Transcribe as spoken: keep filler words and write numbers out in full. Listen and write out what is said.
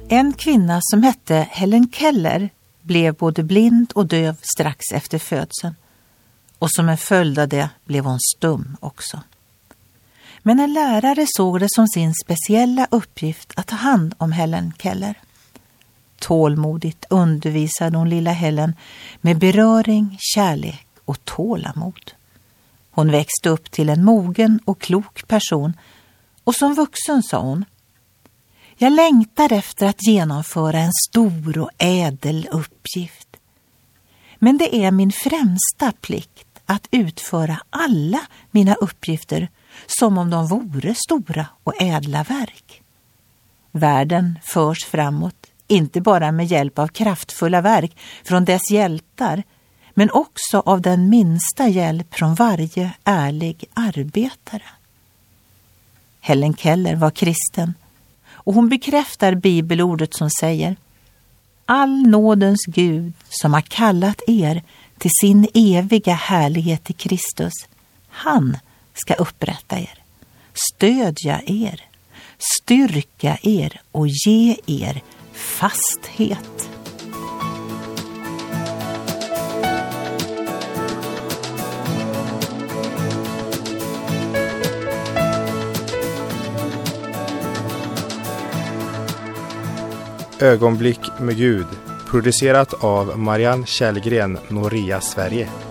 En kvinna som hette Helen Keller blev både blind och döv strax efter födseln. Och som en följd av det blev hon stum också. Men en lärare såg det som sin speciella uppgift att ta hand om Helen Keller. Tålmodigt undervisade hon lilla Helen med beröring, kärlek och tålamod. Hon växte upp till en mogen och klok person och som vuxen sa hon: jag längtar efter att genomföra en stor och ädel uppgift. Men det är min främsta plikt att utföra alla mina uppgifter som om de vore stora och ädla verk. Världen förs framåt, inte bara med hjälp av kraftfulla verk från dess hjältar, men också av den minsta hjälp från varje ärlig arbetare. Helen Keller var kristen och hon bekräftar bibelordet som säger: all nådens Gud som har kallat er till sin eviga härlighet i Kristus, han ska upprätta er, stödja er, styrka er och ge er fasthet. Ögonblick med Gud, producerat av Marianne Källgren, Noria, Sverige.